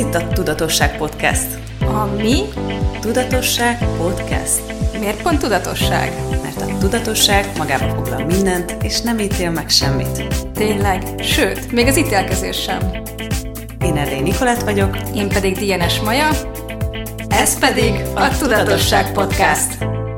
itt a Tudatosság Podcast. A mi? Tudatosság Podcast. Miért pont tudatosság? Mert a tudatosság magába foglal mindent, és nem ítél meg semmit. Tényleg, sőt, még az ítélkezés sem. Én Erdély Nikolett vagyok. Én pedig DNS Maja. Ez pedig a Tudatosság Podcast.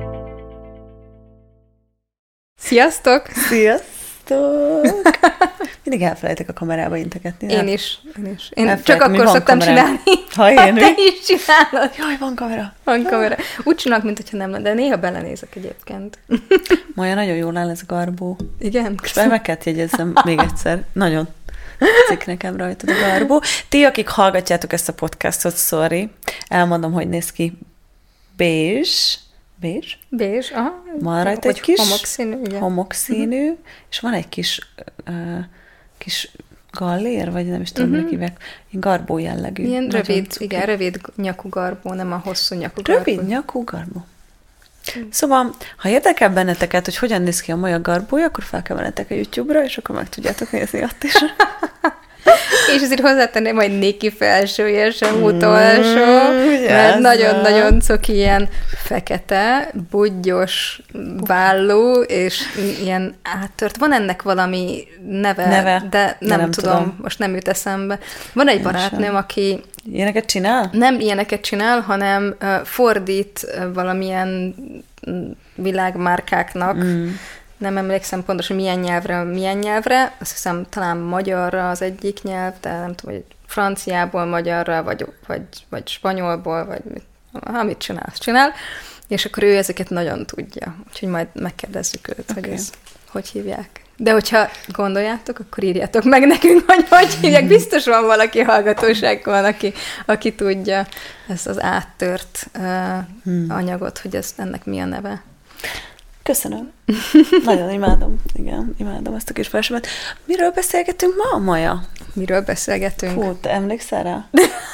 Sziasztok! Sziasztok! Mindig elfelejtek a kamerába integetni. Én is. Én csak akkor szoktam csinálni, ha te is csinálod. Jaj, van kamera. Van kamera. Úgy csinálok, mintha nem lenne, de néha belenézek egyébként. Maja, nagyon jól áll ez a garbó. Igen? És már meg kell jegyezzem még egyszer. Nagyon cikk nekem rajtad a garbó. Ti, akik hallgatjátok ezt a podcastot, sorry, elmondom, hogy néz ki bézs, aha. Van rajta egy kis homokszínű, és van egy kis gallér, vagy nem is tudom, hogy hívják, garbó jellegű. Ilyen rövid nyakú garbó, nem a hosszú nyakú garbó. Rövid nyakú garbó. Szóval, ha érdekel benneteket, hogy hogyan néz ki a Maja garbója, akkor fel kell mennetek a YouTube-ra, és akkor meg tudjátok nézni ott is. És azért hozzátenném, hogy Niki felsője sem utolsó, mert nagyon-nagyon coki ilyen fekete, budgyos vállú, és ilyen áttört. Van ennek valami neve, de nem tudom, most nem jut eszembe. Van egy barátnőm, aki... Ilyeneket csinál? Nem ilyeneket csinál, hanem fordít valamilyen világmárkáknak. Nem emlékszem pontosan milyen nyelvre, azt hiszem talán magyarra az egyik nyelv, de nem tudom, hogy franciából magyarra, vagy spanyolból, vagy mit csinál. És akkor ő ezeket nagyon tudja. Úgyhogy majd megkérdezzük őt, hogy ez hogy hívják. De hogyha gondoljátok, akkor írjátok meg nekünk, hogy hívják. Biztos van valaki hallgatóságban, aki tudja ezt az áttört anyagot, hogy ennek mi a neve. Köszönöm. Nagyon imádom. Igen, imádom ezt a kis felsőmet. Miről beszélgetünk ma, Maja? Miről beszélgetünk? Hú, te emlékszel rá?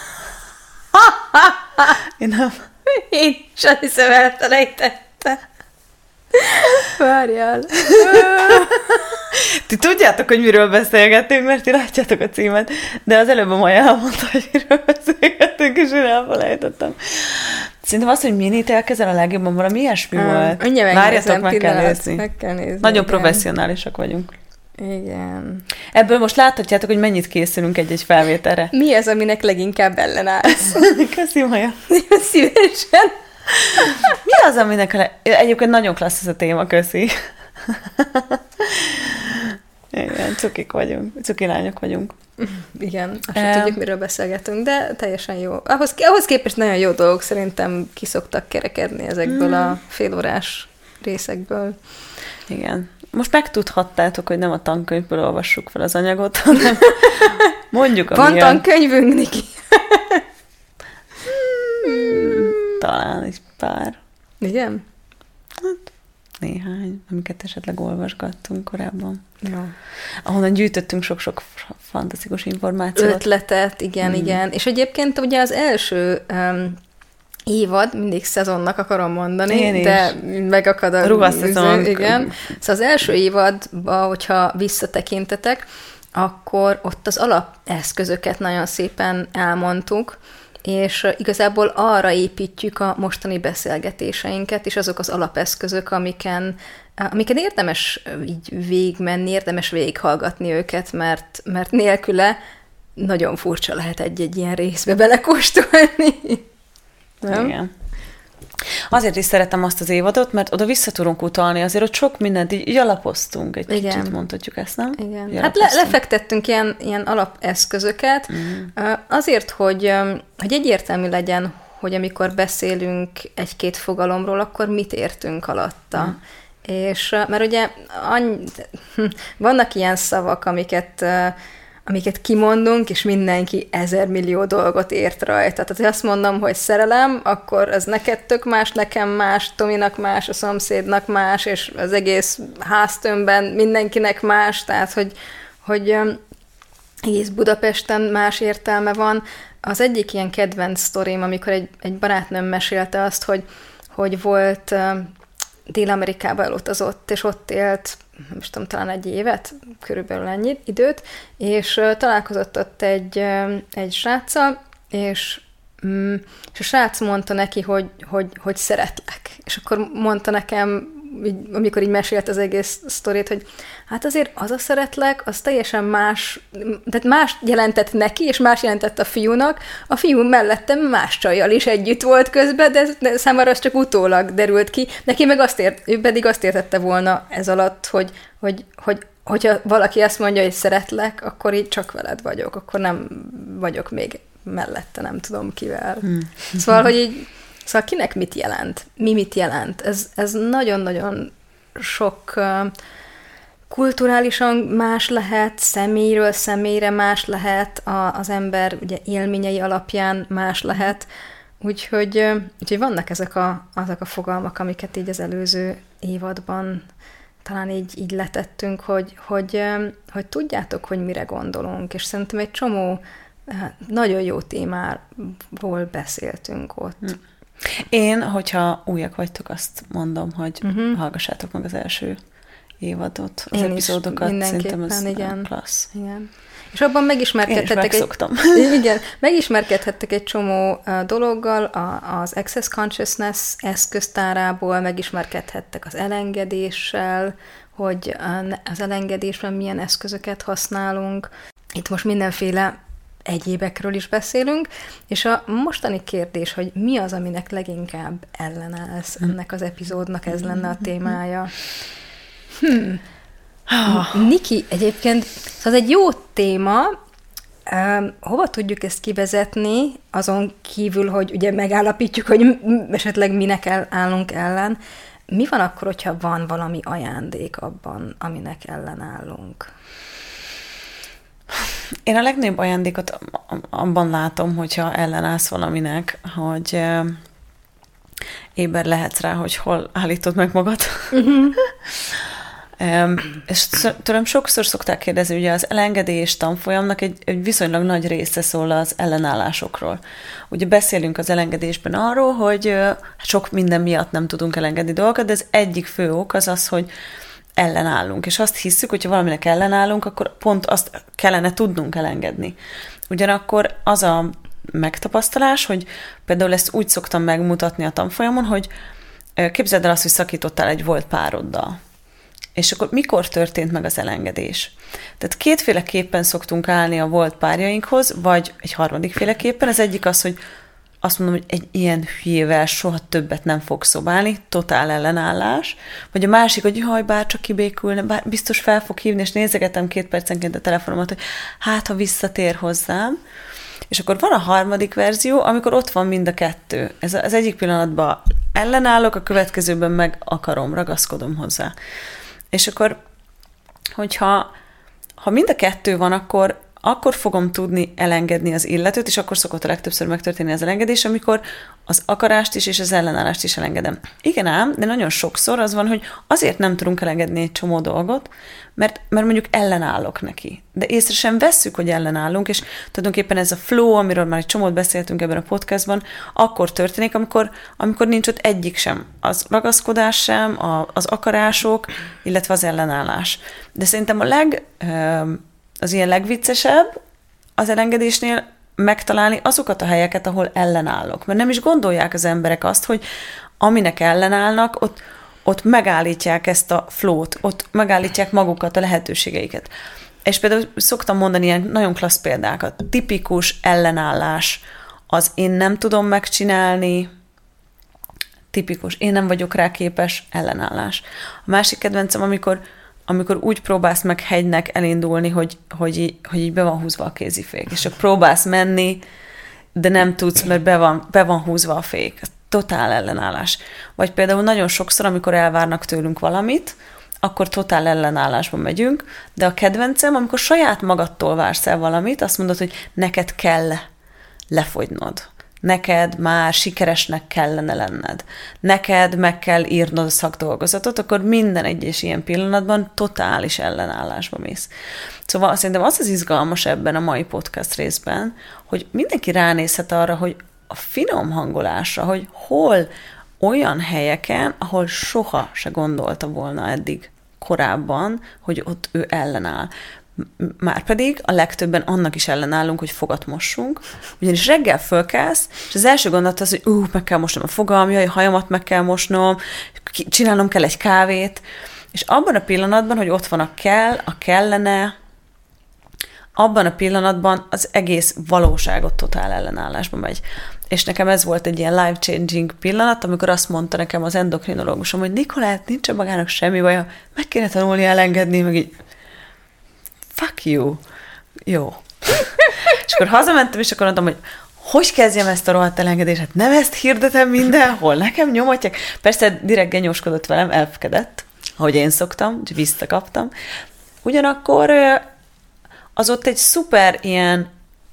Én nem. Én sem hiszem elfelejtette. Várjál. Ti tudjátok, hogy miről beszélgetünk, mert ti látjátok a címet, de az előbb a Maja elmondta, hogy miről beszélgetünk, és én elfelejtettem. Szerintem az, hogy min ítélkezel a legjobban, valami ilyesmi volt. Várjatok, meg kell nézni. Nagyon professzionálisak vagyunk. Igen. Ebből most láthatjátok, hogy mennyit készülünk egy-egy felvételre. Mi az, aminek leginkább ellenállsz? Köszi, Maja. Szívesen. Mi az, aminek egyébként nagyon klassz ez a téma, köszi. Igen, cukik vagyunk, cuki lányok vagyunk. Igen, azt tudjuk, miről beszélgetünk, de teljesen jó. Ahhoz képest nagyon jó dolgok szerintem kiszoktak kerekedni ezekből a félórás részekből. Igen. Most megtudhattátok, hogy nem a tankönyvből olvassuk fel az anyagot, hanem mondjuk, van tankönyvünk, Niki? Talán egy pár. Igen? Hát, néhány, amiket esetleg olvasgattunk korábban. Ja. Ahonnan gyűjtöttünk sok-sok fantasztikus információt. Ötletet, igen. És egyébként ugye az első évad, mindig szezonnak akarom mondani, de megakad a ruhaszezon. Igen. Szóval az első évadban, hogyha visszatekintetek, akkor ott az alapeszközöket nagyon szépen elmondtuk, és igazából arra építjük a mostani beszélgetéseinket, és azok az alapeszközök, amiken érdemes így végigmenni, érdemes végighallgatni őket, mert nélküle nagyon furcsa lehet egy ilyen részbe belekóstolni. Nem? Igen. Azért is szeretem azt az évadot, mert oda vissza tudunk utalni, azért ott sok mindent így alapoztunk, egy kicsit mondhatjuk ezt, nem? Igen. Hát lefektettünk ilyen alapeszközöket, azért, hogy egyértelmű legyen, hogy amikor beszélünk egy-két fogalomról, akkor mit értünk alatta. És mert ugye vannak ilyen szavak, amiket kimondunk, és mindenki 1000 millió dolgot ért rajta. Tehát, ha azt mondom, hogy szerelem, akkor az neked tök más, nekem más, Tominak más, a szomszédnak más, és az egész háztömbben mindenkinek más, tehát, hogy egész Budapesten más értelme van. Az egyik ilyen kedvenc sztorim, amikor egy barátnőm mesélte azt, hogy volt Dél-Amerikába elutazott, és ott élt, nem is tudom, talán 1 évet, körülbelül ennyi időt, és találkozott ott egy sráccal, és a srác mondta neki, hogy szeretlek. És akkor mondta nekem, amikor így mesélt az egész sztorit, hogy hát azért az a szeretlek, az teljesen más, tehát más jelentett neki, és más jelentett a fiúnak. A fiú mellettem más csajjal is együtt volt közben, de számára az csak utólag derült ki. Neki meg ő pedig azt értette volna ez alatt, hogyha valaki azt mondja, hogy szeretlek, akkor így csak veled vagyok, akkor nem vagyok még mellette, nem tudom kivel. Szóval, hogy így, szóval kinek mit jelent? Mi mit jelent? Ez nagyon-nagyon sok kulturálisan más lehet, személyről személyre más lehet, az ember ugye élményei alapján más lehet, úgyhogy vannak azok a fogalmak, amiket így az előző évadban talán így letettünk, hogy tudjátok, hogy mire gondolunk, és szerintem egy csomó nagyon jó témáról beszéltünk ott. Én, hogyha újak vagytok, azt mondom, hogy hallgassátok meg az első évadot, az epizódokat, szerintem ez klassz. Igen. És abban megismerkedhettek megismerkedhettek egy csomó dologgal, az Access Consciousness eszköztárából, megismerkedhettek az elengedéssel, hogy az elengedésben milyen eszközöket használunk. Itt most mindenféle egyébekről is beszélünk, és a mostani kérdés, hogy mi az, aminek leginkább ellenállsz ennek az epizódnak, ez lenne a témája. Niki, egyébként az egy jó téma, hova tudjuk ezt kivezetni, azon kívül, hogy ugye megállapítjuk, hogy esetleg minek állunk ellen. Mi van akkor, hogyha van valami ajándék abban, aminek ellenállunk? Én a legnagyobb ajándékot abban látom, hogyha ellenállsz valaminek, hogy éber lehetsz rá, hogy hol állítod meg magad. És tőlem sokszor szokták kérdezni, ugye az elengedés tanfolyamnak egy viszonylag nagy része szól az ellenállásokról. Ugye beszélünk az elengedésben arról, hogy sok minden miatt nem tudunk elengedni dolgokat, de az egyik fő ok az, hogy ellenállunk. És azt hiszük, hogyha valaminek ellenállunk, akkor pont azt kellene tudnunk elengedni. Ugyanakkor az a megtapasztalás, hogy például ezt úgy szoktam megmutatni a tanfolyamon, hogy képzeld el azt, hogy szakítottál egy volt pároddal. És akkor mikor történt meg az elengedés? Tehát kétféleképpen szoktunk állni a volt párjainkhoz, vagy egy harmadikféleképpen. Az egyik az, hogy azt mondom, hogy egy ilyen hülyével soha többet nem fog szobálni, totál ellenállás. Vagy a másik, hogy jaj, bár csak kibékülne, bár biztos fel fog hívni, és nézegetem 2 percenként a telefonomat, hogy hát, ha visszatér hozzám. És akkor van a harmadik verzió, amikor ott van mind a kettő. Ez az egyik pillanatban ellenállok, a következőben meg akarom, ragaszkodom hozzá. És akkor, hogyha mind a kettő van, akkor fogom tudni elengedni az illetőt, és akkor szokott a legtöbbször megtörténni az elengedés, amikor az akarást is és az ellenállást is elengedem. Igen ám, de nagyon sokszor az van, hogy azért nem tudunk elengedni egy csomó dolgot, mert mondjuk ellenállok neki. De észre sem vesszük, hogy ellenállunk, és tulajdonképpen ez a flow, amiről már egy csomót beszéltünk ebben a podcastban, akkor történik, amikor nincs ott egyik sem. Az ragaszkodás sem, az akarások, illetve az ellenállás. De szerintem az ilyen legviccesebb az elengedésnél megtalálni azokat a helyeket, ahol ellenállok. Mert nem is gondolják az emberek azt, hogy aminek ellenállnak, ott megállítják ezt a flow-t, ott megállítják magukat, a lehetőségeiket. És például szoktam mondani ilyen nagyon klassz példákat. Tipikus ellenállás az én nem tudom megcsinálni, tipikus, én nem vagyok rá képes, ellenállás. A másik kedvencem, amikor úgy próbálsz meg hegynek elindulni, hogy így be van húzva a kézifék, és akkor próbálsz menni, de nem tudsz, mert be van húzva a fék. Totál ellenállás. Vagy például nagyon sokszor, amikor elvárnak tőlünk valamit, akkor totál ellenállásba megyünk, de a kedvencem, amikor saját magadtól vársz el valamit, azt mondod, hogy neked kell lefogynod. Neked már sikeresnek kellene lenned. Neked meg kell írnod a szakdolgozatot, akkor minden egyes ilyen pillanatban totális ellenállásba mész. Szóval szerintem az izgalmas ebben a mai podcast részben, hogy mindenki ránézhet arra, hogy a finom hangolásra, hogy hol olyan helyeken, ahol soha se gondolta volna eddig korábban, hogy ott ő ellenáll. Márpedig a legtöbben annak is ellenállunk, hogy fogat mossunk, ugyanis reggel fölkelsz, és az első gondolat az, hogy meg kell mosnom a fogam, jaj, a hajamat meg kell mosnom, csinálnom kell egy kávét, és abban a pillanatban, hogy ott van a kell, a kellene, abban a pillanatban az egész valóságot totál ellenállásba megy. És nekem ez volt egy ilyen life-changing pillanat, amikor azt mondta nekem az endokrinológusom, hogy Nikolát, nincs magának semmi baja, meg kéne tanulni elengedni, meg így fuck you. Jó. És akkor hazamentem, és akkor mondtam, hogy kezdjem ezt a rohadt elengedést? Hát nem ezt hirdetem mindenhol, nekem nyomatják. Persze direkt genyóskodott velem, elfkedett, ahogy én szoktam, úgyhogy visszakaptam. Ugyanakkor az ott egy szuper ilyen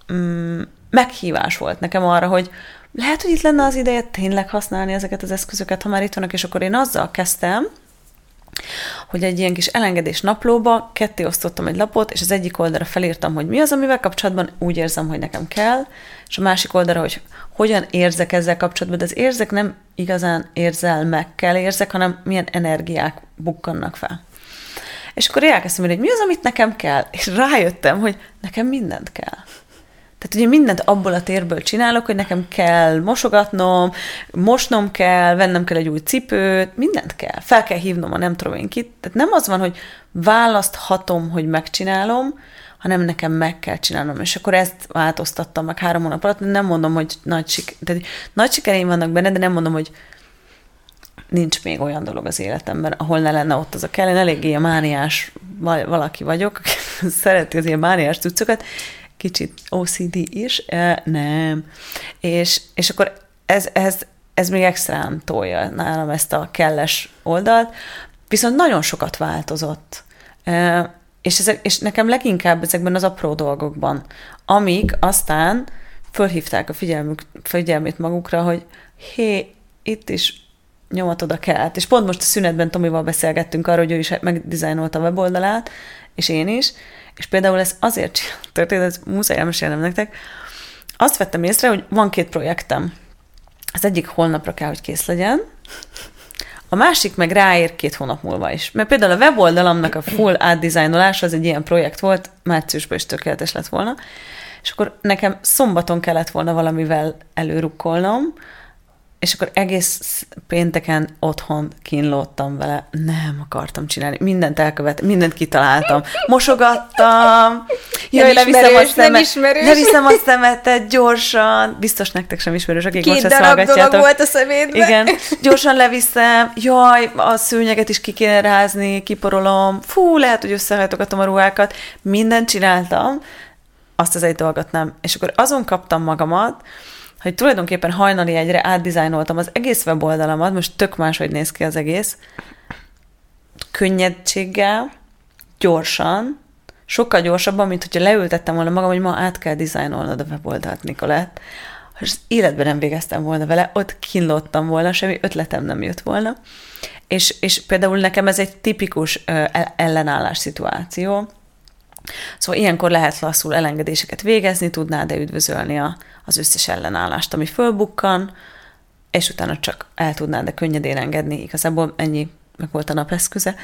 meghívás volt nekem arra, hogy lehet, hogy itt lenne az ideje tényleg használni ezeket az eszközöket, ha már itt vannak, és akkor én azzal kezdtem, hogy egy ilyen kis elengedés naplóba ketté osztottam egy lapot, és az egyik oldalra felírtam, hogy mi az, amivel kapcsolatban úgy érzem, hogy nekem kell, és a másik oldalra, hogy hogyan érzek ezzel kapcsolatban, de az érzek nem igazán érzelmekkel érzek, hanem milyen energiák bukkannak fel. És akkor elkezdtem, hogy mi az, amit nekem kell, és rájöttem, hogy nekem mindent kell. Tehát ugye mindent abból a térből csinálok, hogy nekem kell mosogatnom, mosnom kell, vennem kell egy új cipőt, mindent kell. Fel kell hívnom a nem tudom én kit. Tehát nem az van, hogy választhatom, hogy megcsinálom, hanem nekem meg kell csinálnom. És akkor ezt változtattam meg 3 hónap alatt. Nem mondom, hogy nagy sikereim vannak benne, de nem mondom, hogy nincs még olyan dolog az életemben, ahol ne lenne ott az a kell. Én eléggé ilyen mániás valaki vagyok, szereti az ilyen mániás cuccokat, kicsit OCD is, nem. És akkor ez még extrán tolja nálam ezt a kelles oldalt, viszont nagyon sokat változott. És nekem leginkább ezekben az apró dolgokban, amik aztán fölhívták a figyelmét magukra, hogy hé, itt is nyomatod a kelt. És pont most a szünetben Tomival beszélgettünk arról, hogy ő is megdizájnolta a weboldalát, és én is, és például ez azért történt, ez muszáj elmesélnem nektek, azt vettem észre, hogy van 2 projektem. Az egyik holnapra kell, hogy kész legyen, a másik meg ráér 2 hónap múlva is. Mert például a weboldalamnak a full átdizájnolása az egy ilyen projekt volt, márciusban is tökéletes lett volna, és akkor nekem szombaton kellett volna valamivel előrukkolnom, és akkor egész pénteken otthon kínlódtam vele, nem akartam csinálni, mindent elkövettem, mindent kitaláltam, mosogattam, leviszem a szemetet gyorsan, biztos nektek sem ismerős, akik most ezt hallgatjátok. 2 darab dolog volt a szemétben. Igen, gyorsan leviszem, jaj, a szőnyeget is ki kéne rázni, kiporolom, fú, lehet, hogy összehajtogatom a ruhákat, mindent csináltam, azt az egy dolgot nem. És akkor azon kaptam magamat, hogy tulajdonképpen hajnali egyre átdizájnoltam az egész weboldalamat, most tök máshogy néz ki az egész, könnyedséggel, gyorsan, sokkal gyorsabban, mint hogyha leültettem volna magam, hogy ma át kell dizájnolnod a weboldalt, Nikolett. És életben nem végeztem volna vele, ott kínlódtam volna, semmi ötletem nem jött volna. És például nekem ez egy tipikus ellenállás szituáció. Szóval ilyenkor lehet lasszul elengedéseket végezni, tudnád-e üdvözölni az összes ellenállást, ami fölbukkan, és utána csak el tudnád-e könnyedén engedni. Igazából ennyi meg volt a napeszköze.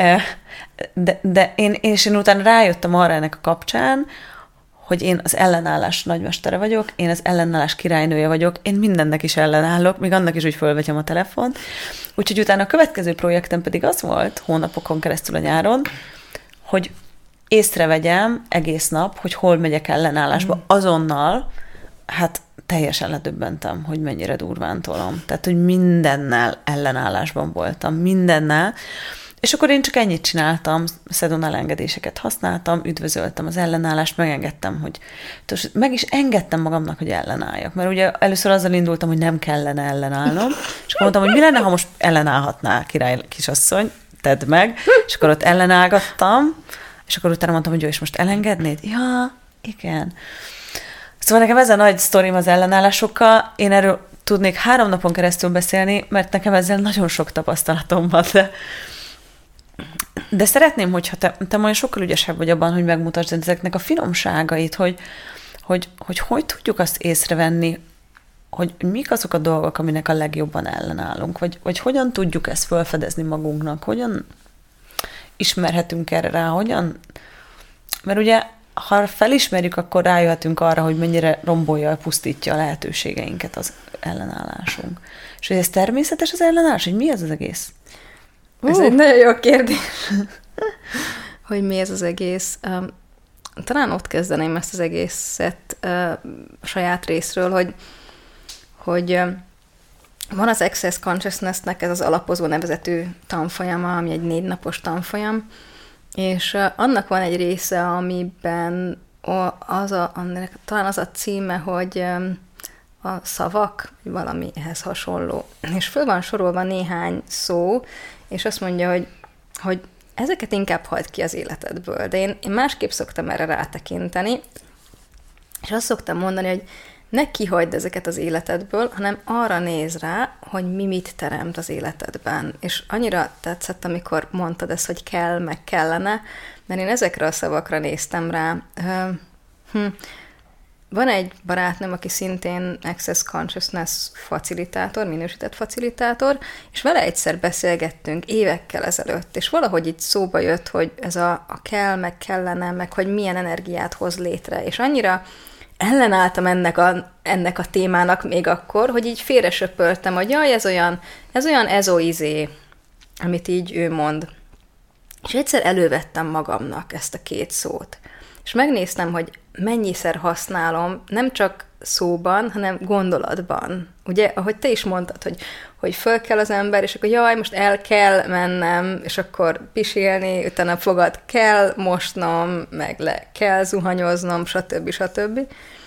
De én utána rájöttem arra ennek a kapcsán, hogy én az ellenállás nagymestere vagyok, én az ellenállás királynője vagyok, én mindennek is ellenállok, még annak is, hogy fölvegyem a telefont. Úgyhogy utána a következő projektem pedig az volt, hónapokon keresztül a nyáron, hogy észrevegyem egész nap, hogy hol megyek ellenállásba. Azonnal, hát teljesen ledöbbentem, hogy mennyire durván tolom. Tehát, hogy mindennel ellenállásban voltam, mindennel. És akkor én csak ennyit csináltam, szedon elengedéseket használtam, üdvözöltem az ellenállást, megengedtem, hogy meg is engedtem magamnak, hogy ellenálljak. Mert ugye először azzal indultam, hogy nem kellene ellenállnom, és akkor mondtam, hogy mi lenne, ha most ellenállhatnál, király kisasszony, tedd meg, és akkor ott ellenállgattam, és akkor utána mondtam, hogy jó, és most elengednéd? Ja, igen. Szóval nekem ez a nagy sztorim az ellenállásokkal. Én erről tudnék 3 napon keresztül beszélni, mert nekem ezzel nagyon sok tapasztalatom van, de szeretném, hogyha te majd sokkal ügyesebb vagy abban, hogy megmutasd ezeknek a finomságait, hogy tudjuk azt észrevenni, hogy mik azok a dolgok, aminek a legjobban ellenállunk, vagy hogyan tudjuk ezt felfedezni magunknak, hogyan ismerhetünk erre rá, hogyan Mert ugye, ha felismerjük, akkor rájöhetünk arra, hogy mennyire rombolja, pusztítja a lehetőségeinket az ellenállásunk. És hogy ez természetes az ellenállás? Hogy mi ez az egész? Ez egy nagyon jó kérdés. Hogy mi ez az egész? Talán ott kezdeném ezt az egészet saját részről, hogy van az Access Consciousness-nek ez az alapozó nevezetű tanfolyama, ami egy 4 napos tanfolyam, és annak van egy része, amiben talán az a címe, hogy a szavak, valami ehhez hasonló. És föl van sorolva néhány szó, és azt mondja, hogy ezeket inkább hagyd ki az életedből. De én másképp szoktam erre rátekinteni, és azt szoktam mondani, hogy ne kihagyd ezeket az életedből, hanem arra néz rá, hogy mi mit teremt az életedben. És annyira tetszett, amikor mondtad ezt, hogy kell, meg kellene, mert én ezekre a szavakra néztem rá. Van egy barátnőm, aki szintén Access Consciousness facilitátor, minősített facilitátor, és vele egyszer beszélgettünk évekkel ezelőtt, és valahogy így szóba jött, hogy ez a kell, meg kellene, meg hogy milyen energiát hoz létre, és annyira ellenálltam ennek a témának még akkor, hogy így félresöpöltem, hogy jaj, ez olyan ezoizé, amit így ő mond. És egyszer elővettem magamnak ezt a 2 szót, és megnéztem, hogy mennyiszer használom, nem csak szóban, hanem gondolatban. Ugye, ahogy te is mondtad, hogy föl kell az ember, és akkor jaj, most el kell mennem, és akkor pisilni, utána fogad kell mosnom, meg le kell zuhanyoznom, stb.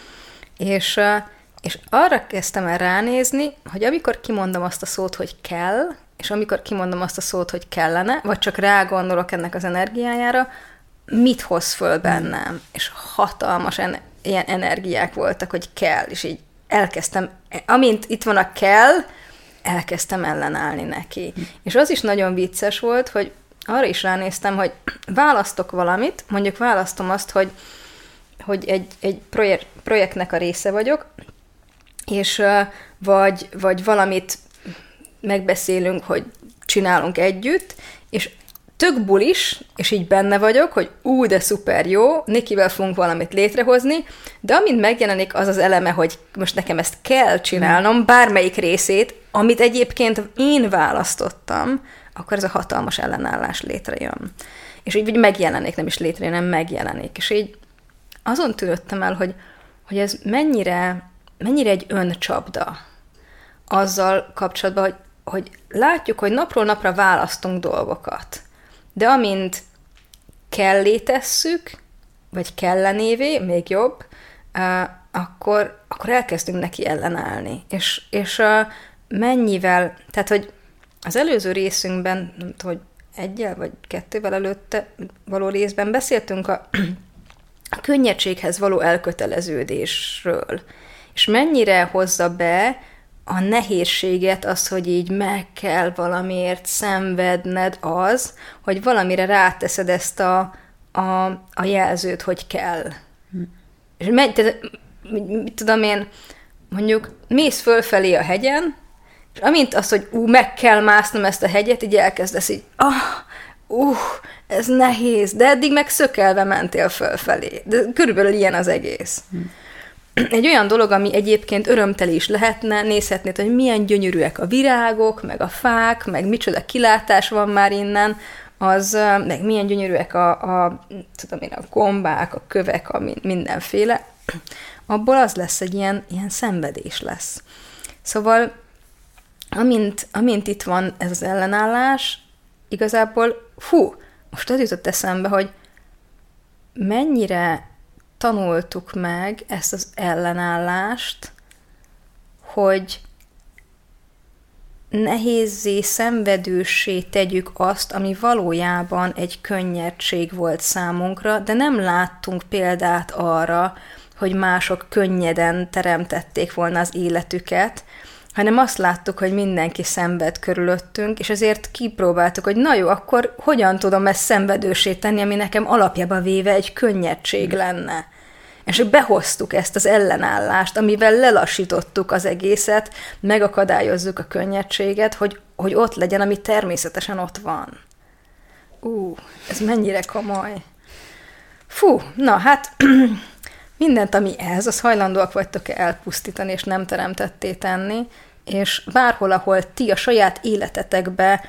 És arra kezdtem el ránézni, hogy amikor kimondom azt a szót, hogy kell, és amikor kimondom azt a szót, hogy kellene, vagy csak rágondolok ennek az energiájára, mit hoz föl bennem? És hatalmas ilyen energiák voltak, hogy kell, és így elkezdtem, amint itt van a kell, elkezdtem ellenállni neki. És az is nagyon vicces volt, hogy arra is ránéztem, hogy választok valamit, mondjuk választom azt, hogy egy projektnek a része vagyok, és vagy valamit megbeszélünk, hogy csinálunk együtt, és tök bulis, és így benne vagyok, hogy de szuper jó, Nikivel fogunk valamit létrehozni, de amint megjelenik az az eleme, hogy most nekem ezt kell csinálnom, bármelyik részét, amit egyébként én választottam, akkor ez a hatalmas ellenállás létrejön. És így megjelenik, nem is létrejön, hanem megjelenik. És így azon tűnődtem el, hogy ez mennyire egy öncsapda azzal kapcsolatban, hogy látjuk, hogy napról napra választunk dolgokat. De amint kellé tesszük, vagy kellenévé, még jobb, akkor elkezdünk neki ellenállni. És mennyivel, tehát, hogy az előző részünkben, nem tudom, hogy 1 vagy 2 előtte való részben beszéltünk a könnyedséghez való elköteleződésről. És mennyire hozza be a nehézséget az, hogy így meg kell valamiért szenvedned az, hogy valamire ráteszed ezt a jelzőt, hogy kell. És mit tudom én, mondjuk mész fölfelé a hegyen, és amint az, hogy meg kell másznom ezt a hegyet, így elkezdesz így, ez nehéz, de eddig meg szökelve mentél fölfelé. De körülbelül ilyen az egész. Egy olyan dolog, ami egyébként örömteli is lehetne, nézhetnéd, hogy milyen gyönyörűek a virágok, meg a fák, meg micsoda kilátás van már innen, meg milyen gyönyörűek a gombák, a kövek, mindenféle, abból az lesz egy ilyen szenvedés lesz. Szóval, amint itt van ez az ellenállás, igazából, most az jutott eszembe, hogy mennyire tanultuk meg ezt az ellenállást, hogy nehézzé, szenvedőssé tegyük azt, ami valójában egy könnyedség volt számunkra, de nem láttunk példát arra, hogy mások könnyeden teremtették volna az életüket, hanem azt láttuk, hogy mindenki szenved körülöttünk, és ezért kipróbáltuk, hogy na jó, akkor hogyan tudom ezt szenvedőssé tenni, ami nekem alapjába véve egy könnyedség lenne. És behoztuk ezt az ellenállást, amivel lelassítottuk az egészet, megakadályozzuk a könnyedséget, hogy ott legyen, ami természetesen ott van. Ez mennyire komoly. Fú, na hát mindent, ami ez, az hajlandóak vagytok elpusztítani, és nem teremtetté tenni, és bárhol, ahol ti a saját életetekbe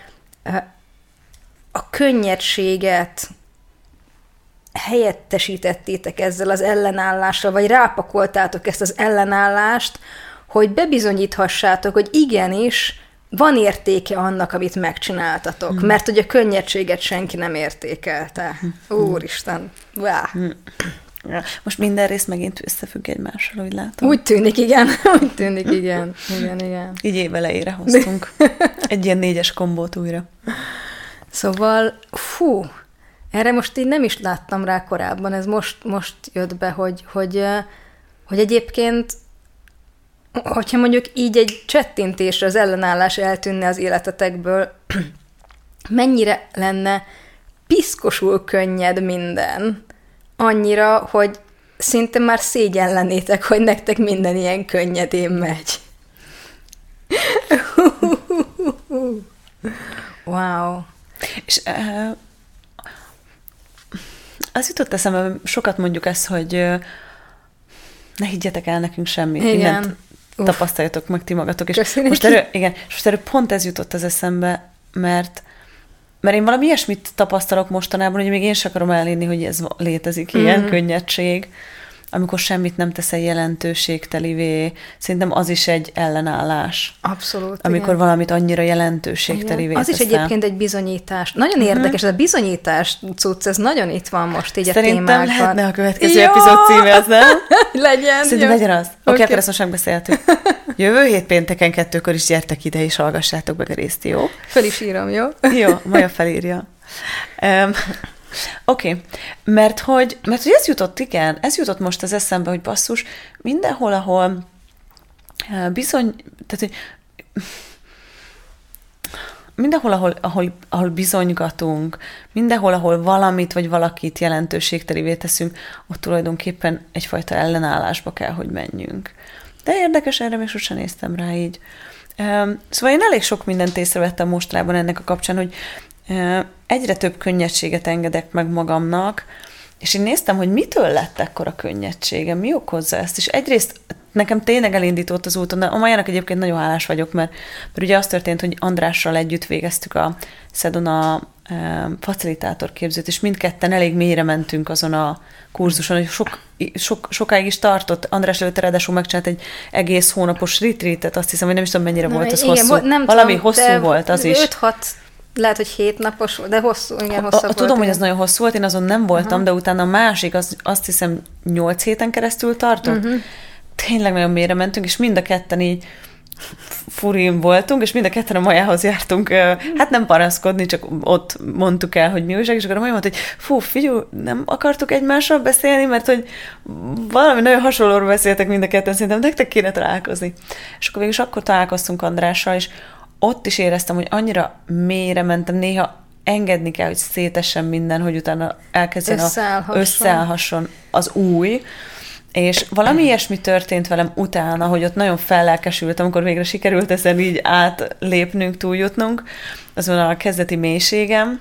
a könnyedséget helyettesítettétek ezzel az ellenállással, vagy rápakoltátok ezt az ellenállást, hogy bebizonyíthassátok, hogy igenis van értéke annak, amit megcsináltatok, mert hogy a könnyedséget senki nem értékelte. Úristen! Wow. Most minden rész megint összefügg egymással, úgy látom. Úgy tűnik, igen. Úgy tűnik, igen. Igen. Így év elejére hoztunk egy ilyen 4-es kombót újra. Szóval, erre most így nem is láttam rá korábban, ez most jött be, hogy egyébként, hogyha mondjuk így egy csettintésre az ellenállás eltűnne az életetekből, mennyire lenne piszkosul könnyed minden, annyira, hogy szinte már szégyellenétek, hogy nektek minden ilyen könnyedén megy. Wow. És az jutott eszembe, sokat mondjuk ezt, hogy ne higgyetek el nekünk semmit. Igen. Mindent tapasztaljatok meg ti magatok. És most erről pont ez jutott az eszembe, mert én valami ilyesmit tapasztalok mostanában, hogy még én sem akarom elhinni, hogy ez létezik, ilyen könnyedség, amikor semmit nem teszel jelentőségtelivé. Szerintem az is egy ellenállás. Abszolút. Amikor igen. valamit annyira jelentőségtelivé az teszel. is egyébként egy bizonyítás. Nagyon érdekes, ez a bizonyítás cucc, ez nagyon itt van most így Szerintem a témákban. Szerintem lehetne a következő epizód címe, az nem? Legyen. Szerintem legyen az. Oké, akkor ezt most megbeszéltük. Jövő hét pénteken 2-kor is gyertek ide, és hallgassátok meg a részt, jó? Fel is írom, jó? Jó, Maja felírja. Oké, mert hogy ez jutott most az eszembe, hogy basszus, mindenhol, ahol bizony, tehát, hogy mindenhol, ahol bizonygatunk, mindenhol, ahol valamit vagy valakit jelentőségtelivé teszünk, ott tulajdonképpen egyfajta ellenállásba kell, hogy menjünk. De érdekes, erre még sosem néztem rá így. Szóval én elég sok mindent észrevettem mostanában ennek a kapcsán, hogy egyre több könnyedséget engedek meg magamnak, és én néztem, hogy mitől lett ekkora könnyedségem, mi okozza ezt, és egyrészt nekem tényleg elindított az úton, de a Majának egyébként nagyon hálás vagyok, mert ugye az történt, hogy Andrással együtt végeztük a Sedona facilitátor képzőt, és mindketten elég mélyre mentünk azon a kurzuson, hogy sokáig is tartott. András előtte ráadásul megcsinált egy egész hónapos retreatet, azt hiszem, hogy nem is tudom, mennyire volt az hosszú. Valami hosszú volt az is. 5-6, lehet, hogy 7 napos, de hosszú, igen, hosszabb volt. Tudom, hogy ez nagyon hosszú volt, én azon nem voltam, de utána a másik, azt hiszem 8 héten keresztül tartott. Tényleg nagyon mélyre mentünk, és mind a ketten így furin voltunk, és mind a ketten a Majához jártunk, hát nem panaszkodni, csak ott mondtuk el, hogy mi újság, és akkor a Maja mondta, hogy figyelj, nem akartuk egymással beszélni, mert hogy valami nagyon hasonlóról beszéltek mind a ketten, szerintem nektek kéne találkozni. És akkor végül akkor találkoztunk Andrással, és ott is éreztem, hogy annyira mélyre mentem, néha engedni kell, hogy szétessen minden, hogy utána elkezdjen összeállhasson az új. És valami ilyesmi történt velem utána, hogy ott nagyon fellelkesültem, amikor végre sikerült ezen így átlépnünk, túljutnunk, azon a kezdeti mélységem,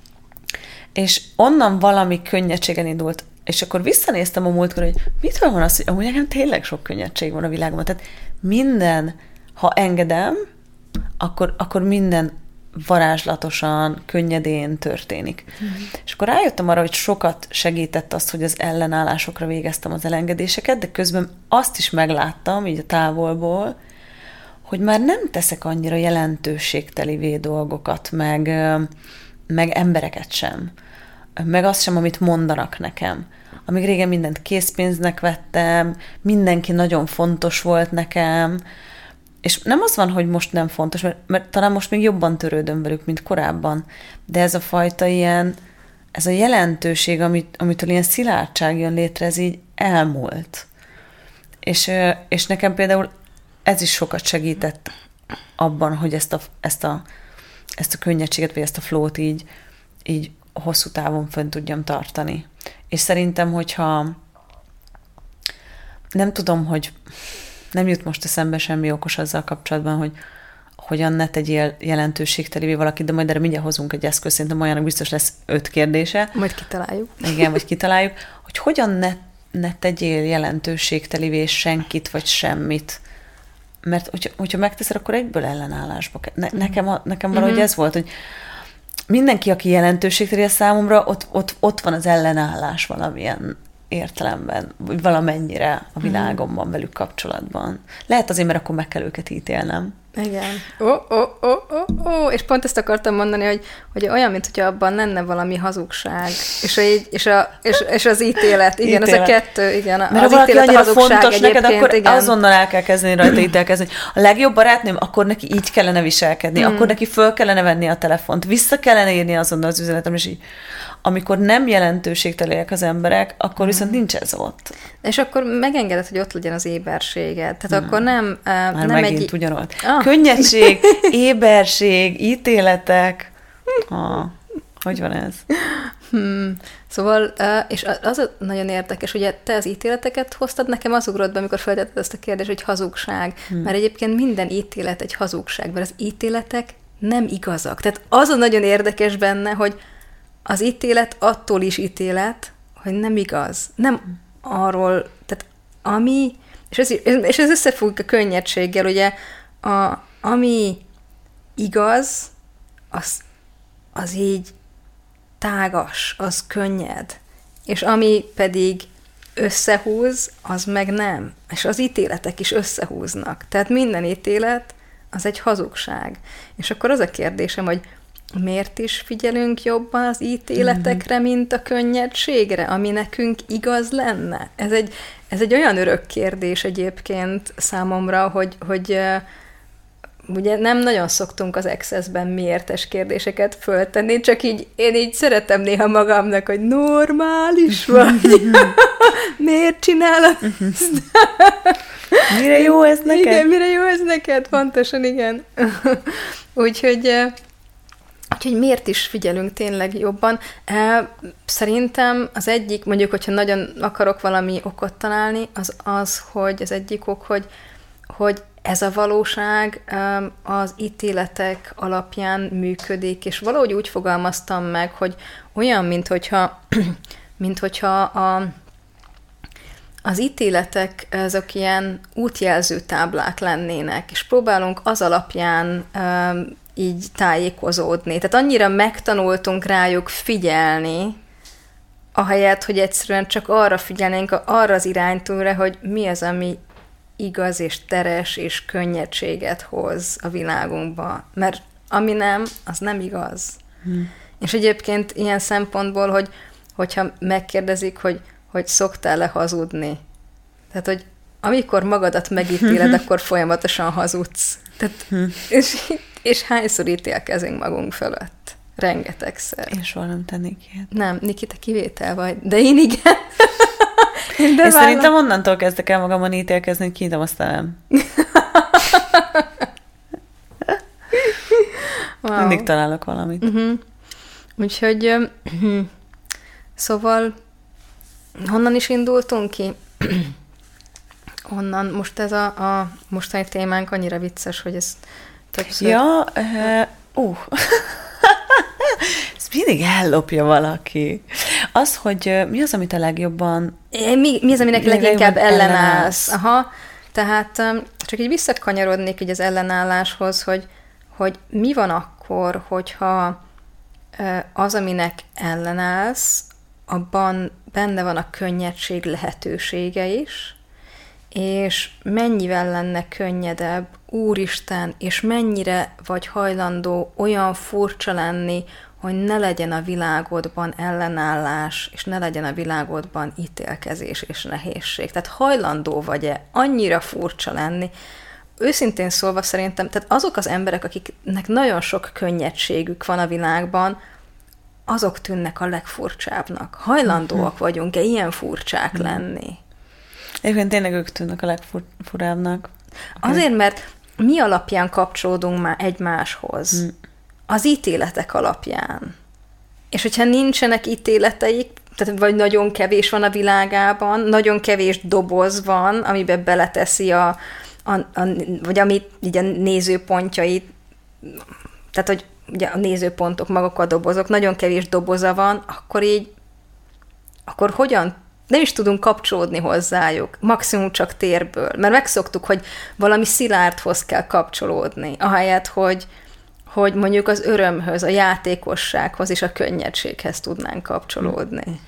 és onnan valami könnyedségen indult. És akkor visszanéztem a múltkor, hogy mitől van az, hogy amúgy nekem tényleg sok könnyedség van a világban. Tehát minden, ha engedem, akkor minden varázslatosan, könnyedén történik. És akkor rájöttem arra, hogy sokat segített azt, hogy az ellenállásokra végeztem az elengedéseket, de közben azt is megláttam, így a távolból, hogy már nem teszek annyira jelentőségtelivé dolgokat, meg embereket sem. Meg azt sem, amit mondanak nekem. Amíg régen mindent készpénznek vettem, mindenki nagyon fontos volt nekem, és nem az van, hogy most nem fontos, mert talán most még jobban törődöm velük, mint korábban, de ez a fajta ilyen, ez a jelentőség, amitől ilyen szilárdság jön létre, ez így elmúlt. És nekem például ez is sokat segített abban, hogy ezt a könnyedséget, vagy ezt a flót így hosszú távon fönn tudjam tartani. És szerintem, hogyha nem tudom, hogy nem jut most eszembe semmi okos azzal kapcsolatban, hogyan ne tegyél jelentőségtelévé valakit, de majd erre mindjárt hozunk egy eszközt, szerintem olyannak biztos lesz 5 kérdése. Majd kitaláljuk. Igen, vagy kitaláljuk, hogy hogyan ne tegyél jelentőségtelévé senkit, vagy semmit. Mert hogyha megteszed, akkor egyből ellenállásba. Nekem valahogy ez volt, hogy mindenki, aki jelentőségteli számomra, ott van az ellenállás valamilyen értelemben, vagy valamennyire a világomban velük kapcsolatban. Lehet azért, mert akkor meg kell őket ítélnem. Igen. És pont ezt akartam mondani, hogy olyan, mint hogyha abban lenne valami hazugság. És az ítélet. Igen, ez a kettő. Igen, mert az ítélet, a hazugság fontos neked, akkor igen. Azonnal el kell kezdeni rajta ítélkezni. A legjobb barátnőm, akkor neki így kellene viselkedni, akkor neki föl kellene venni a telefont, vissza kellene írni azonnal az üzenetem, és így amikor nem jelentőségteliek az emberek, akkor viszont nincs ez ott. És akkor megengeded, hogy ott legyen az éberséged. Tehát akkor nem... Már nem megint ugyanott. Könnyedség, éberség, ítéletek. Hogy van ez? Szóval, és az nagyon érdekes, ugye te az ítéleteket hoztad, nekem az ugrott be, amikor feltetted ezt a kérdést, hogy hazugság. Mert egyébként minden ítélet egy hazugság, mert az ítéletek nem igazak. Tehát az a nagyon érdekes benne, hogy az ítélet attól is ítélet, hogy nem igaz. Nem arról, tehát ami, és ez összefügg a könnyedséggel, ugye, ami igaz, az így tágas, az könnyed. És ami pedig összehúz, az meg nem. És az ítéletek is összehúznak. Tehát minden ítélet az egy hazugság. És akkor az a kérdésem, hogy miért is figyelünk jobban az ítéletekre, mint a könnyedségre, ami nekünk igaz lenne? Ez egy olyan örök kérdés egyébként számomra, hogy ugye nem nagyon szoktunk az Access-ben miértes kérdéseket föltenni, csak így én így szeretem néha magamnak, hogy normális vagy. Miért csinálod ezt? Mire jó ez neked? Igen, mire jó ez neked? Pontosan, igen. Úgyhogy miért is figyelünk tényleg jobban? Szerintem az egyik, mondjuk, hogyha nagyon akarok valami okot találni, az, hogy az egyik ok, hogy ez a valóság az ítéletek alapján működik, és valahogy úgy fogalmaztam meg, hogy olyan, minthogyha az ítéletek azok ilyen útjelző táblák lennének, és próbálunk az alapján így tájékozódni. Tehát annyira megtanultunk rájuk figyelni, ahelyett, hogy egyszerűen csak arra figyelnénk, arra az iránytúra, hogy mi az, ami igaz és teres és könnyedséget hoz a világunkba. Mert ami nem, az nem igaz. És egyébként ilyen szempontból, hogyha megkérdezik, hogy szoktál-e hazudni. Tehát, hogy amikor magadat megítéled, akkor folyamatosan hazudsz. Tehát, és hányszor ítélkezünk magunk fölött? Rengetegszer. Én soha nem tennék ilyet. Nem, Niki, te kivétel vagy, de én igen. Én szerintem onnantól kezdek el magamon ítélkezni, hogy kinyitom a szemem. Wow. Mindig találok valamit. Úgyhogy szóval honnan is indultunk ki? Onnan, most ez a mostani témánk annyira vicces, hogy ez többször... Ja, ezt mindig ellopja valaki. Az, hogy mi az, amit a legjobban... Mi az, aminek leginkább ellenállsz? Aha. Tehát csak így visszakanyarodnék így az ellenálláshoz, hogy mi van akkor, hogyha az, aminek ellenállsz, abban benne van a könnyedség lehetősége is, és mennyivel lenne könnyedebb, Úristen, és mennyire vagy hajlandó olyan furcsa lenni, hogy ne legyen a világodban ellenállás, és ne legyen a világodban ítélkezés és nehézség. Tehát hajlandó vagy-e annyira furcsa lenni? Őszintén szólva szerintem, tehát azok az emberek, akiknek nagyon sok könnyedségük van a világban, azok tűnnek a legfurcsábbnak. Hajlandóak vagyunk-e ilyen furcsák lenni? Egyébként tényleg ők tűnnek a legfurábbnak. Azért, mert mi alapján kapcsolódunk már egymáshoz? Az ítéletek alapján. És hogyha nincsenek ítéleteik, tehát vagy nagyon kevés van a világában, nagyon kevés doboz van, amiben beleteszi vagy amit így a nézőpontjait tehát, hogy ugye a nézőpontok, maguk a dobozok, nagyon kevés doboza van, akkor hogyan nem is tudunk kapcsolódni hozzájuk, maximum csak térből, mert megszoktuk, hogy valami szilárdhoz kell kapcsolódni, ahelyett, hogy mondjuk az örömhöz, a játékossághoz és a könnyedséghez tudnánk kapcsolódni.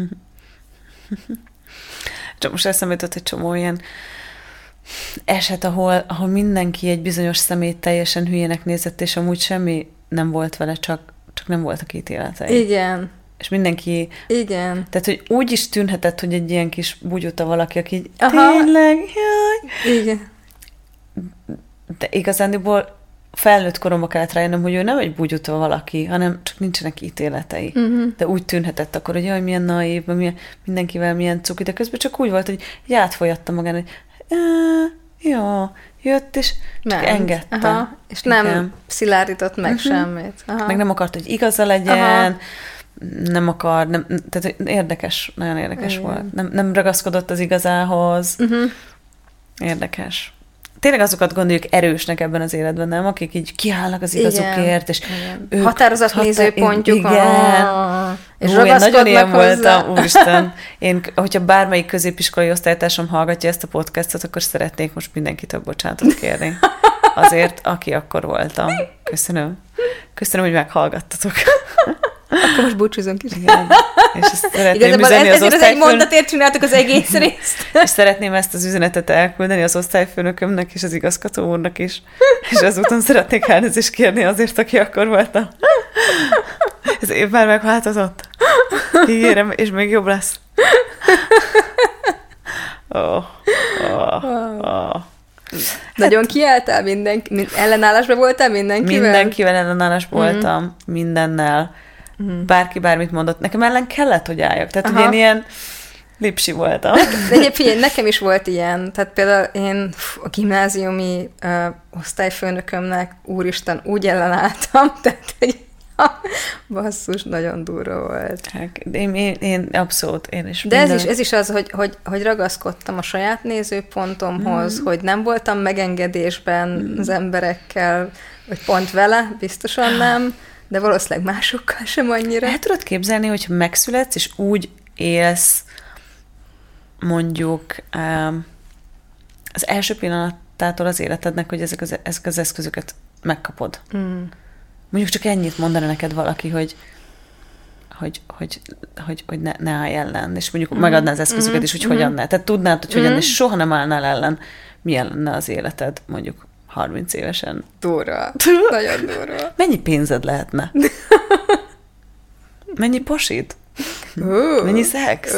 Csak most eszembe jutott egy csomó ilyen eset, ahol mindenki egy bizonyos szemét teljesen hülyének nézett, és amúgy semmi nem volt vele, csak nem voltak ítéletei. Igen. És mindenki... Igen. Tehát, hogy úgy is tűnhetett, hogy egy ilyen kis bugyuta valaki, aki tényleg, jaj. Igen. De igazándiból felnőtt koromba kellett rájönnöm, hogy ő nem egy bugyuta valaki, hanem csak nincsenek ítéletei. De úgy tűnhetett akkor, hogy jaj, milyen naív, mindenkivel milyen cuki, de közben csak úgy volt, hogy átfolyatta magán, hogy jó, jött, és csak engedte. Aha. És nem szilárdított meg semmit. Aha. Meg nem akart, hogy igaza legyen, nem akar, tehát érdekes, nagyon érdekes volt. Nem ragaszkodott az igazához. Érdekes. Tényleg azokat gondoljuk erősnek ebben az életben, nem? Akik így kiállnak az igazukért, és ők határozat nézőpontjuk. Igen. És ragaszkodnak nagyon hozzá. voltam, úristen. Hogyha bármelyik középiskolai osztálytársam hallgatja ezt a podcastot, akkor szeretnék most mindenkitől bocsánatot kérni. Azért, aki akkor voltam. Köszönöm. Köszönöm, hogy meghallgattatok. Akkor most búcsúzunk is. Igen. És ezt szeretném üzenni az osztályfőnökömnek. Egy mondatért csináltuk az egész részt. És szeretném ezt az üzenetet elküldeni az osztályfőnökömnek és az igazgató úrnak is. És ezúton szeretnék elnézést kérni azért, aki akkor voltam. Ez év már megváltozott. Ígérem, és még jobb lesz. Nagyon kiálltál mindenki? Ellenállásban voltál mindenkivel? Mindenkivel ellenállásban voltam. Mindennel. Bárki bármit mondott. Nekem ellen kellett, hogy álljak. Tehát, hogy én ilyen lipsi voltam. De egyébként nekem is volt ilyen. Tehát például én a gimnáziumi osztályfőnökömnek, úristen, úgy ellenálltam, tehát, hogy basszus, nagyon durva volt. Én abszolút, én is. De ez is az, hogy ragaszkodtam a saját nézőpontomhoz, hogy nem voltam megengedésben az emberekkel, vagy pont vele, biztosan nem, de valószínűleg másokkal sem annyira. El tudod képzelni, hogyha megszületsz, és úgy élsz, mondjuk az első pillanatától az életednek, hogy ezek az eszközöket megkapod. Mondjuk csak ennyit mondana neked valaki, hogy ne állj ellen, és mondjuk megadná az eszközöket is, hogy hogyan ne. Tehát tudnád, hogy hogyan, és soha nem állnál ellen, milyen lenne az életed, mondjuk 30 évesen. Durva. Nagyon durva. Mennyi pénzed lehetne? Mennyi pasid? Mennyi szex?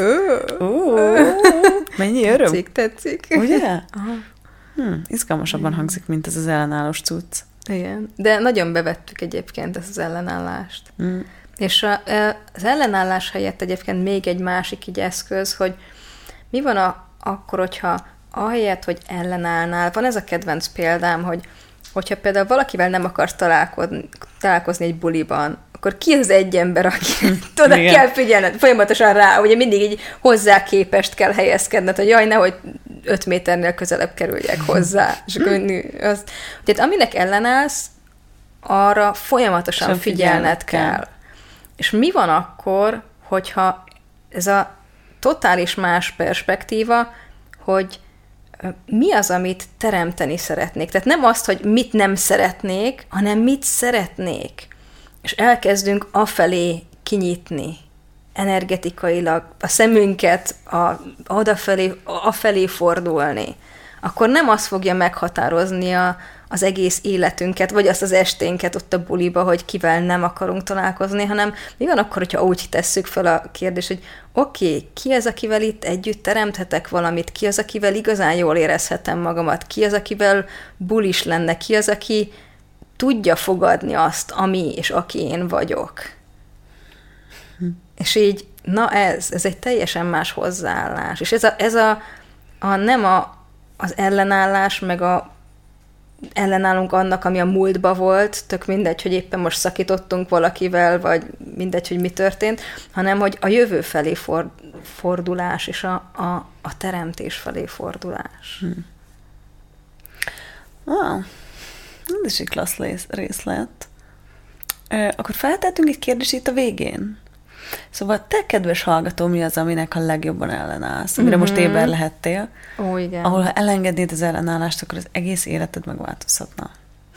Mennyi öröm? Tetszik. Ugye? Izgalmasabban hangzik, mint ez az ellenállós cucc. Igen, de nagyon bevettük egyébként ezt az ellenállást. És az ellenállás helyett egyébként még egy másik így eszköz, hogy mi van akkor, hogyha ahelyett, hogy ellenállnál, van ez a kedvenc példám, hogyha például valakivel nem akarsz találkozni egy buliban, akkor ki az egy ember, aki oda kell figyelned, folyamatosan rá, ugye mindig így hozzá képest kell helyezkedned, hogy jaj, nehogy 5 méternél közelebb kerüljek hozzá. És akkor tehát aminek ellenállsz, arra folyamatosan figyelned kell. És mi van akkor, hogyha ez a totális más perspektíva, hogy mi az, amit teremteni szeretnék. Tehát nem azt, hogy mit nem szeretnék, hanem mit szeretnék. És elkezdünk afelé kinyitni, energetikailag, a szemünket afelé fordulni. Akkor nem az fogja meghatározni az egész életünket, vagy azt az esténket ott a buliba, hogy kivel nem akarunk találkozni, hanem mi van akkor, hogyha úgy tesszük fel a kérdést, hogy oké, ki az, akivel itt együtt teremthetek valamit, ki az, akivel igazán jól érezhetem magamat, ki az, akivel bulis lenne, ki az, aki tudja fogadni azt, ami és aki én vagyok. És így, na ez egy teljesen más hozzáállás. És nem az ellenállás, meg ellenállunk annak, ami a múltba volt, tök mindegy, hogy éppen most szakítottunk valakivel, vagy mindegy, hogy mi történt, hanem hogy a jövő felé fordulás, és a teremtés felé fordulás. Ez is egy klassz rész lett. Akkor feltettünk egy kérdést itt a végén. Szóval te, kedves hallgató, mi az, aminek a legjobban ellenállsz? Amire most éber lehettél. Ó, igen. Ahol, ha elengednéd az ellenállást, akkor az egész életed megváltozhatna.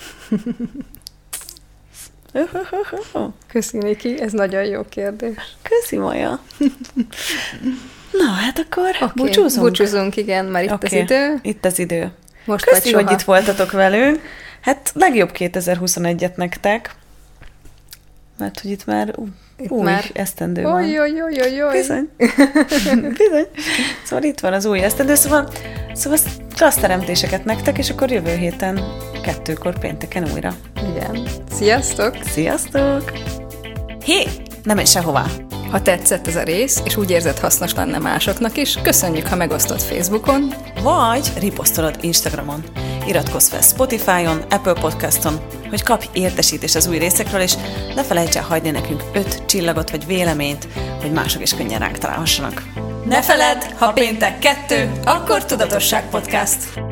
Köszi, Niki, ez nagyon jó kérdés. Köszi, Maja. Na, hát akkor búcsúzunk? Búcsúzunk, igen, már itt az idő. Itt az idő. Most köszi, hogy itt voltatok velünk. Hát legjobb 2021-et nektek. Mert hogy itt már új esztendő van. Oj. Bizony. Bizony. Szóval itt van az új esztendő, szóval klassz teremtéseket nektek, és akkor jövő héten 2-kor pénteken újra. Igen. Sziasztok! Sziasztok! Hé! Nem menj sehová! Ha tetszett ez a rész, és úgy érzed hasznos lenne másoknak is, köszönjük, ha megosztod Facebookon, vagy riposztolod Instagramon. Iratkozz fel Spotify-on, Apple Podcaston, hogy kapj értesítést az új részekről, és ne felejts el hagyni nekünk 5 csillagot vagy véleményt, hogy mások is könnyen ránk találhassanak. Ne feledd, ha péntek 2, akkor Tudatosság Podcast!